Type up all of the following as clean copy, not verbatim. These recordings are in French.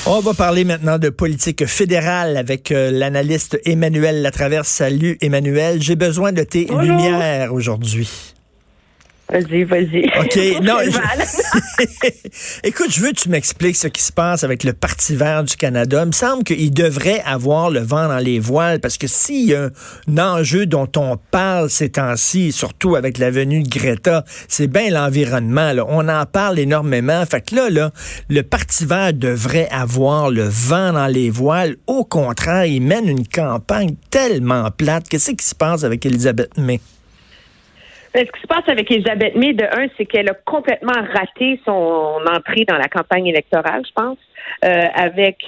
On va parler maintenant de politique fédérale avec l'analyste Emmanuel Latraverse. Salut Emmanuel, j'ai besoin de tes lumières aujourd'hui. Vas-y. OK, non. Écoute, je veux que tu m'expliques ce qui se passe avec le Parti vert du Canada. Il me semble qu'il devrait avoir le vent dans les voiles parce que s'il y a un enjeu dont on parle ces temps-ci, surtout avec la venue de Greta, c'est bien l'environnement, là. On en parle énormément. Fait que là, le Parti vert devrait avoir le vent dans les voiles. Au contraire, il mène une campagne tellement plate. Qu'est-ce qui se passe avec Elisabeth May? Ce qui se passe avec Elisabeth May, de un, c'est qu'elle a complètement raté son entrée dans la campagne électorale, je pense, avec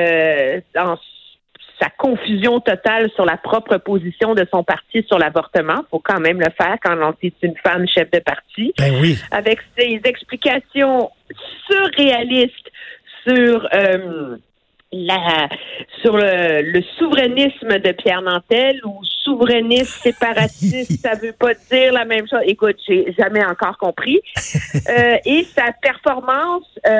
sa confusion totale sur la propre position de son parti sur l'avortement. Faut quand même le faire quand on est une femme chef de parti. Ben oui. Avec ses explications surréalistes sur sur le souverainisme de Pierre Nantel ou souverainiste séparatiste, ça veut pas dire la même chose. Écoute, j'ai jamais encore compris. Et sa performance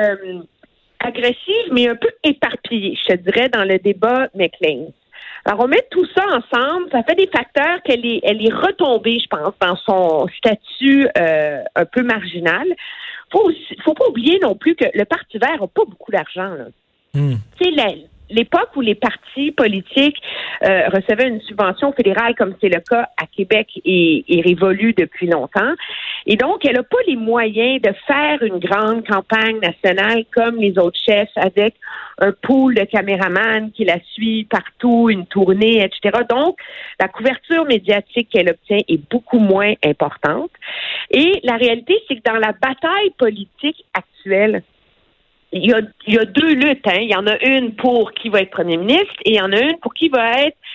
agressive, mais un peu éparpillée, je te dirais, dans le débat McLean. Alors, on met tout ça ensemble, ça fait des facteurs qu'elle est retombée, je pense, dans son statut un peu marginal. Faut pas oublier non plus que le Parti vert n'a pas beaucoup d'argent, là. Tu sais, l'époque où les partis politiques recevaient une subvention fédérale, comme c'est le cas à Québec, est révolue depuis longtemps. Et donc, elle n'a pas les moyens de faire une grande campagne nationale comme les autres chefs avec un pool de caméramans qui la suit partout, une tournée, etc. Donc, la couverture médiatique qu'elle obtient est beaucoup moins importante. Et la réalité, c'est que dans la bataille politique actuelle, il y a deux luttes, hein. Il y en a une pour qui va être premier ministre et il y en a une pour qui va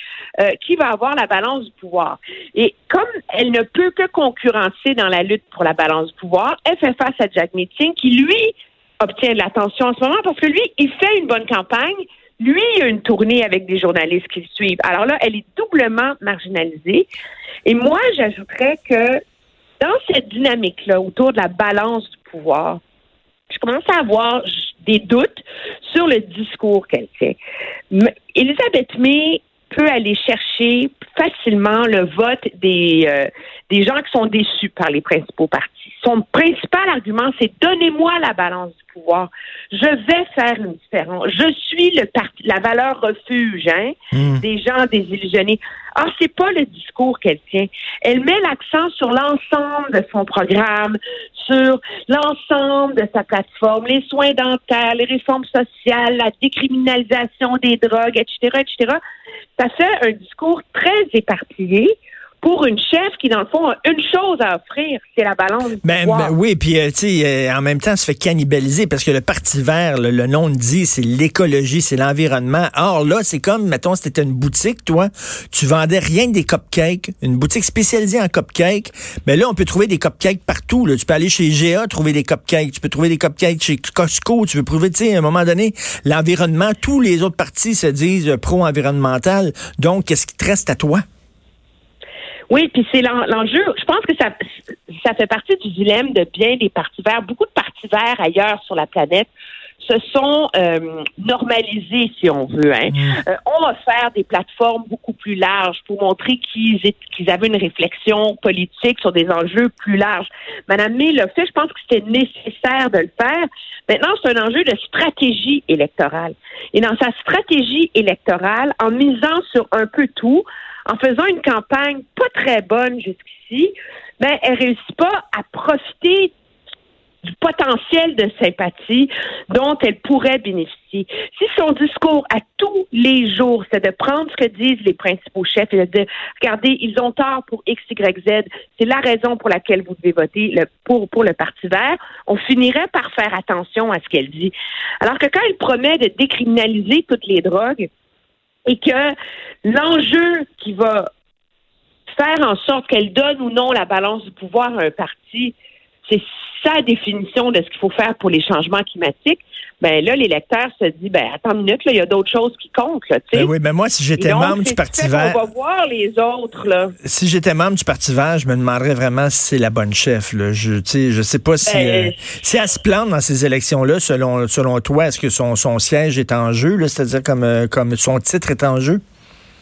avoir la balance du pouvoir. Et comme elle ne peut que concurrencer dans la lutte pour la balance du pouvoir, elle fait face à Jack Meeting qui, lui, obtient de l'attention en ce moment parce que lui, il fait une bonne campagne. Lui, il a une tournée avec des journalistes qui le suivent. Alors là, elle est doublement marginalisée. Et moi, j'ajouterais que dans cette dynamique-là, autour de la balance du pouvoir, je commence à avoir des doutes sur le discours qu'elle fait. Elisabeth May peut aller chercher facilement le vote des gens qui sont déçus par les principaux partis. Son principal argument, c'est « Donnez-moi la balance du pouvoir. Je vais faire une différence. Je suis la valeur refuge des gens désillusionnés. » Alors, c'est pas le discours qu'elle tient. Elle met l'accent sur l'ensemble de son programme, sur l'ensemble de sa plateforme, les soins dentaires, les réformes sociales, la décriminalisation des drogues, etc., etc. Ça fait un discours très éparpillé pour une chef qui, dans le fond, a une chose à offrir, c'est la balance du pouvoir. Oui, puis tu sais, en même temps, se fait cannibaliser parce que le Parti vert, le nom le dit, c'est l'écologie, c'est l'environnement. Or là, c'est comme, mettons, si t'étais une boutique, toi, tu vendais rien que des cupcakes, une boutique spécialisée en cupcakes, mais là, on peut trouver des cupcakes partout. Là. Tu peux aller chez IGA trouver des cupcakes, tu peux trouver des cupcakes chez Costco, tu peux trouver, tu sais, à un moment donné, l'environnement, tous les autres partis se disent pro-environnemental. Donc, qu'est-ce qui te reste à toi? Oui, puis c'est l'enjeu. Je pense que ça fait partie du dilemme de bien des partis verts. Beaucoup de partis verts ailleurs sur la planète se sont normalisés, si on veut. On va faire des plateformes beaucoup plus larges pour montrer qu'ils avaient une réflexion politique sur des enjeux plus larges. Madame May l'a fait, je pense que c'était nécessaire de le faire. Maintenant, c'est un enjeu de stratégie électorale. Et dans sa stratégie électorale, en misant sur un peu tout, en faisant une campagne pas très bonne jusqu'ici, elle réussit pas à profiter du potentiel de sympathie dont elle pourrait bénéficier. Si son discours à tous les jours, c'est de prendre ce que disent les principaux chefs et de dire, regardez, ils ont tort pour X, Y, Z, c'est la raison pour laquelle vous devez voter pour le Parti vert, on finirait par faire attention à ce qu'elle dit. Alors que quand elle promet de décriminaliser toutes les drogues, et que l'enjeu qui va faire en sorte qu'elle donne ou non la balance du pouvoir à un parti, c'est sa définition de ce qu'il faut faire pour les changements climatiques, ben là, l'électeur se dit, attends une minute, là, il y a d'autres choses qui comptent, là, tu sais. Oui, mais moi, si j'étais membre du Parti vert... On va voir les autres, là. Si j'étais membre du Parti vert, je me demanderais vraiment si c'est la bonne chef, là. Je sais pas si elle se plante dans ces élections-là, selon toi, est-ce que son siège est en jeu, là, c'est-à-dire comme son titre est en jeu?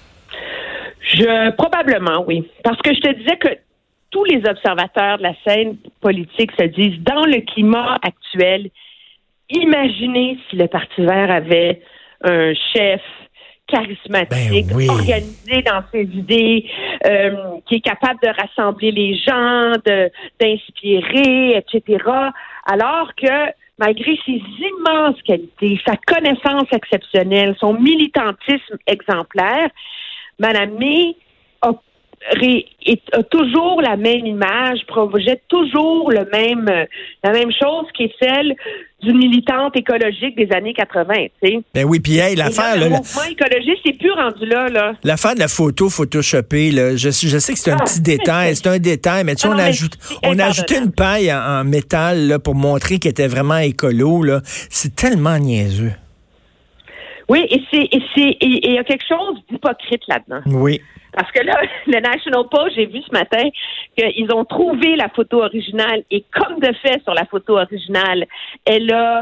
Probablement, oui. Parce que je te disais que tous les observateurs de la scène politique se disent, dans le climat actuel, imaginez si le Parti vert avait un chef charismatique, organisé dans ses idées, qui est capable de rassembler les gens, d'inspirer, etc. Alors que, malgré ses immenses qualités, sa connaissance exceptionnelle, son militantisme exemplaire, Mme May a toujours la même image, projette toujours la même chose qui est celle d'une militante écologique des années 80, tu sais. Ben oui, puis l'affaire... Le mouvement écologiste, c'est plus rendu là. L'affaire de la photo photoshopée, là, je sais que c'est un petit détail, mais tu sais, on a ajouté une paille en métal là, pour montrer qu'elle était vraiment écolo, là. C'est tellement niaiseux. Oui, et il y a quelque chose d'hypocrite là-dedans. Oui. Parce que là, le National Post, j'ai vu ce matin qu'ils ont trouvé la photo originale et comme de fait sur la photo originale, elle a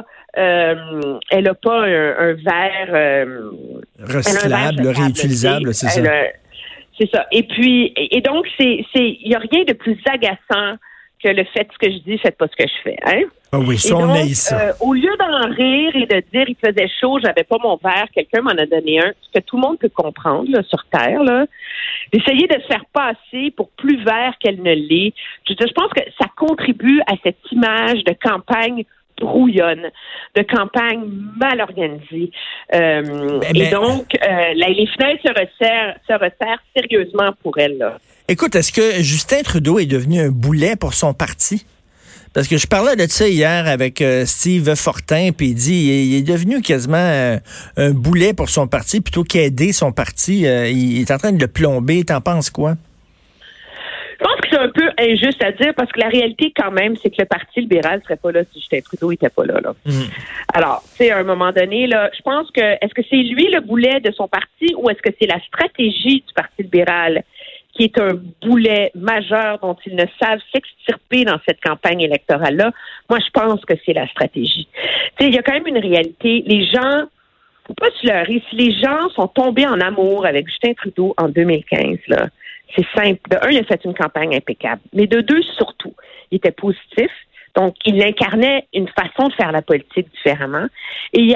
pas un verre recyclable, réutilisable, c'est ça. C'est ça. Et donc il y a rien de plus agaçant que le fait ce que je dis, faites pas ce que je fais, hein? Ah oui, ça, on haït ça. Au lieu d'en rire et de dire il faisait chaud, j'avais pas mon verre, quelqu'un m'en a donné un, ce que tout le monde peut comprendre là, sur Terre, là, d'essayer de se faire passer pour plus vert qu'elle ne l'est. Je pense que ça contribue à cette image de campagne brouillonne, de campagne mal organisée. Et donc, les fenêtres se resserrent sérieusement pour elle, là. Écoute, est-ce que Justin Trudeau est devenu un boulet pour son parti? Parce que je parlais de ça hier avec Steve Fortin, puis il est devenu quasiment un boulet pour son parti, plutôt qu'aider son parti. Il est en train de le plomber. T'en penses quoi? Je pense que c'est un peu injuste à dire, parce que la réalité, quand même, c'est que le Parti libéral serait pas là si Justin Trudeau était pas là. Alors, tu sais, à un moment donné, là, je pense que, est-ce que c'est lui le boulet de son parti, ou est-ce que c'est la stratégie du Parti libéral qui est un boulet majeur dont ils ne savent s'extirper dans cette campagne électorale-là? Moi, je pense que c'est la stratégie. Tu sais, il y a quand même une réalité. Les gens, faut pas se leurrer, si les gens sont tombés en amour avec Justin Trudeau en 2015, là, c'est simple. De un, il a fait une campagne impeccable. Mais de deux, surtout, il était positif. Donc, il incarnait une façon de faire la politique différemment. Et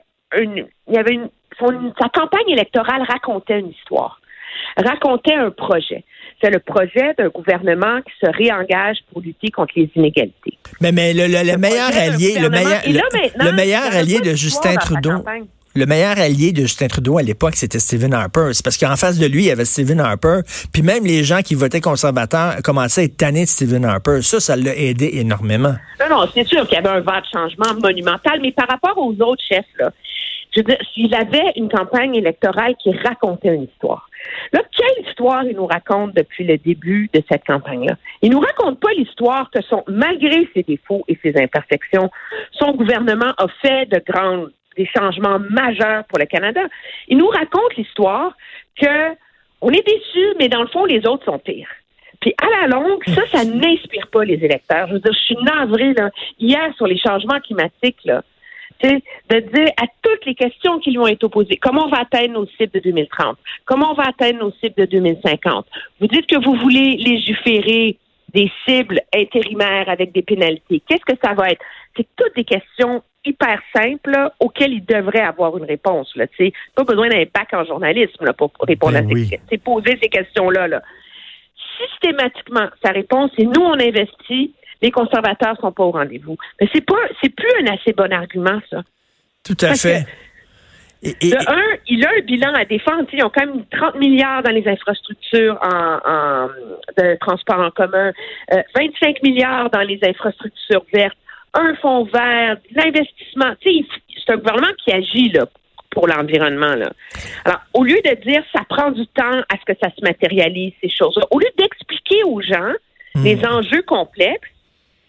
sa campagne électorale racontait une histoire, racontait un projet. C'est le projet d'un gouvernement qui se réengage pour lutter contre les inégalités. Mais le meilleur allié de Justin Trudeau... Le meilleur allié de Justin Trudeau à l'époque, c'était Stephen Harper. C'est parce qu'en face de lui, il y avait Stephen Harper. Puis même les gens qui votaient conservateurs commençaient à être tannés de Stephen Harper. Ça l'a aidé énormément. Non, c'est sûr qu'il y avait un vent de changement monumental. Mais par rapport aux autres chefs, là, je veux dire, s'il avait une campagne électorale qui racontait une histoire. Là, quelle histoire il nous raconte depuis le début de cette campagne-là? Il nous raconte pas l'histoire que malgré ses défauts et ses imperfections, son gouvernement a fait des changements majeurs pour le Canada. Il nous raconte l'histoire que on est déçus, mais dans le fond, les autres sont pires. Puis à la longue, ça n'inspire pas les électeurs. Je veux dire, je suis navrée, là, hier, sur les changements climatiques, là, tu sais, de dire à toutes les questions qui lui ont été opposées, comment on va atteindre nos cibles de 2030? Comment on va atteindre nos cibles de 2050? Vous dites que vous voulez légiférer des cibles intérimaires avec des pénalités. Qu'est-ce que ça va être? C'est toutes des questions hyper simples là, auxquelles il devrait avoir une réponse. Là, pas besoin d'un bac en journalisme là, pour répondre à ces questions. C'est poser ces questions-là. Là. Systématiquement, sa réponse, c'est nous, on investit, les conservateurs sont pas au rendez-vous. Mais c'est plus un assez bon argument, ça. Tout à fait. Il a un bilan à défendre. Ils ont quand même 30 milliards dans les infrastructures de transport en commun, 25 milliards dans les infrastructures vertes, un fonds vert, de l'investissement. C'est un gouvernement qui agit là, pour l'environnement. Là. Alors, au lieu de dire ça prend du temps à ce que ça se matérialise, ces choses-là, au lieu d'expliquer aux gens les enjeux complexes,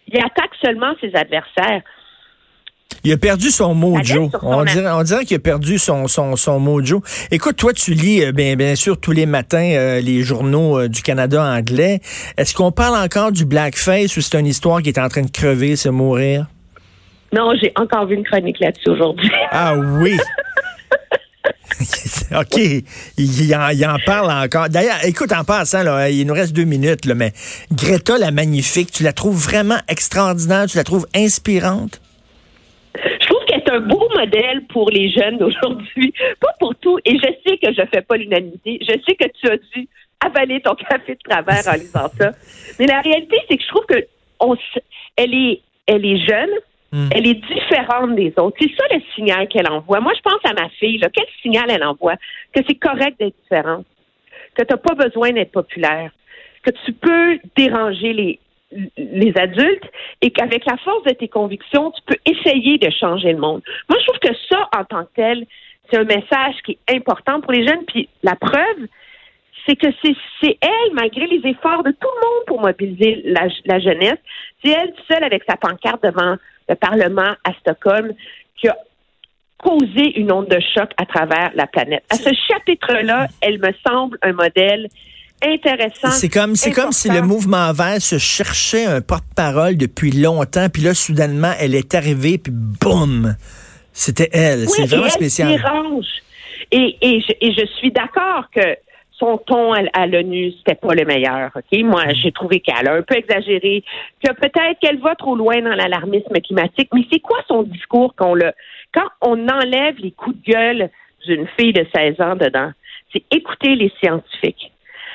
il attaque seulement ses adversaires. Il a perdu son mojo. On dirait qu'il a perdu son mojo. Écoute, toi, tu lis bien sûr tous les matins les journaux du Canada anglais. Est-ce qu'on parle encore du blackface ou c'est une histoire qui est en train de crever, se mourir? Non, j'ai encore vu une chronique là-dessus aujourd'hui. Ah oui! OK. Il en parle encore. D'ailleurs, écoute, en passant, là, il nous reste 2 minutes, là, mais Greta, la magnifique, tu la trouves vraiment extraordinaire? Tu la trouves inspirante? Je trouve qu'elle est un beau modèle pour les jeunes d'aujourd'hui. Pas pour tout. Et je sais que je fais pas l'unanimité. Je sais que tu as dû avaler ton café de travers en lisant ça. Mais la réalité, c'est que je trouve que elle est jeune. Elle est différente des autres. C'est ça le signal qu'elle envoie. Moi, je pense à ma fille. Là, quel signal elle envoie? Que c'est correct d'être différente. Que tu n'as pas besoin d'être populaire. Que tu peux déranger les adultes et qu'avec la force de tes convictions, tu peux essayer de changer le monde. Moi, je trouve que ça, en tant que tel, c'est un message qui est important pour les jeunes. Puis la preuve, c'est que c'est elle, malgré les efforts de tout le monde pour mobiliser la jeunesse, c'est elle seule avec sa pancarte devant le Parlement à Stockholm qui a causé une onde de choc à travers la planète. À ce chapitre-là, elle me semble un modèle intéressant. C'est comme si le mouvement vert se cherchait un porte-parole depuis longtemps, puis là, soudainement, elle est arrivée, puis boum! C'était elle. Oui, c'est vraiment elle spécial. Dérange. Et je suis d'accord que son ton à l'ONU, c'était pas le meilleur. Ok, moi, j'ai trouvé qu'elle a un peu exagéré, que peut-être qu'elle va trop loin dans l'alarmisme climatique. Mais c'est quoi son discours quand on enlève les coups de gueule d'une fille de 16 ans dedans? C'est écouter les scientifiques.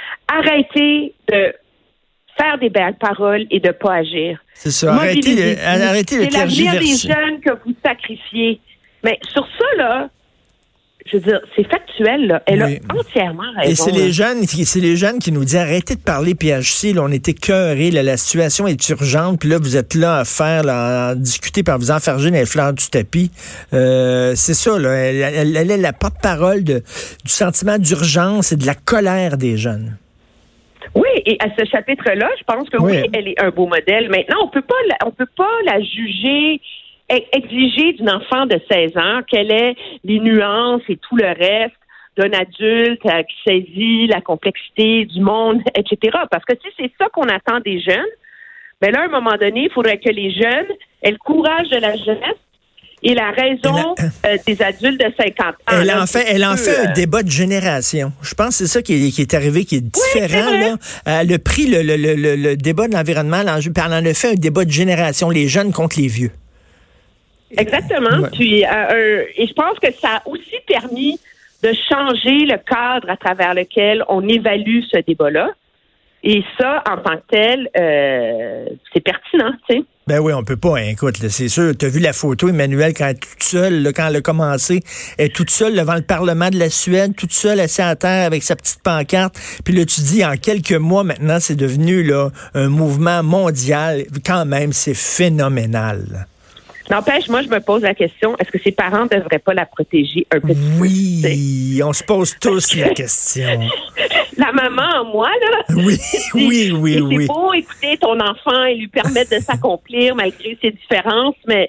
Arrêter de faire des belles paroles et de pas agir. C'est ça. Arrêter le tergiverser. C'est l'avenir des jeunes que vous sacrifiez. Mais sur ça, là, je veux dire, c'est factuel, là. Elle a entièrement raison. Et c'est les jeunes qui nous disent arrêtez de parler PHC, là, on est écœurés, là, la situation est urgente, puis là, vous êtes là à faire, là, à discuter, par vous enfarger dans les fleurs du tapis. C'est ça, là. Elle est la porte-parole du sentiment d'urgence et de la colère des jeunes. Oui, et à ce chapitre-là, je pense que oui, elle est un beau modèle. Maintenant, on peut pas la juger, exiger d'une enfant de 16 ans qu'elle ait les nuances et tout le reste d'un adulte qui saisit la complexité du monde, etc. Parce que si c'est ça qu'on attend des jeunes, ben là, à un moment donné, il faudrait que les jeunes aient le courage de la jeunesse et la raison des adultes de 50 ans. Elle en fait un débat de génération. Je pense que c'est ça qui est arrivé, qui est différent. Oui, là. Elle a pris le débat de l'environnement, l'enjeu, puis elle en a fait un débat de génération, les jeunes contre les vieux. Exactement. Ouais. Puis, et je pense que ça a aussi permis de changer le cadre à travers lequel on évalue ce débat-là. Et ça, en tant que tel, c'est pertinent, tu sais. Ben oui, on peut pas. Hein, écoute, là, c'est sûr. Tu as vu la photo, Emmanuel, quand elle est toute seule, là, quand elle a commencé, elle est toute seule devant le Parlement de la Suède, toute seule assise à terre avec sa petite pancarte. Puis là, tu dis, en quelques mois maintenant, c'est devenu là un mouvement mondial. Quand même, c'est phénoménal. N'empêche, moi, je me pose la question, est-ce que ses parents ne devraient pas la protéger un peu plus? Oui, on se pose tous la question. La maman en moi, là. Oui. C'est beau écouter ton enfant et lui permettre de s'accomplir malgré ses différences, mais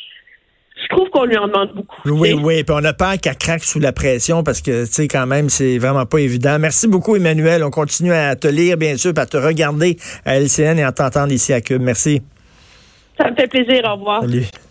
je trouve qu'on lui en demande beaucoup. Oui, puis on a peur qu'elle craque sous la pression parce que, tu sais, quand même, c'est vraiment pas évident. Merci beaucoup, Emmanuel. On continue à te lire, bien sûr, puis à te regarder à LCN et à t'entendre ici à Cube. Merci. Ça me fait plaisir. Au revoir. Salut.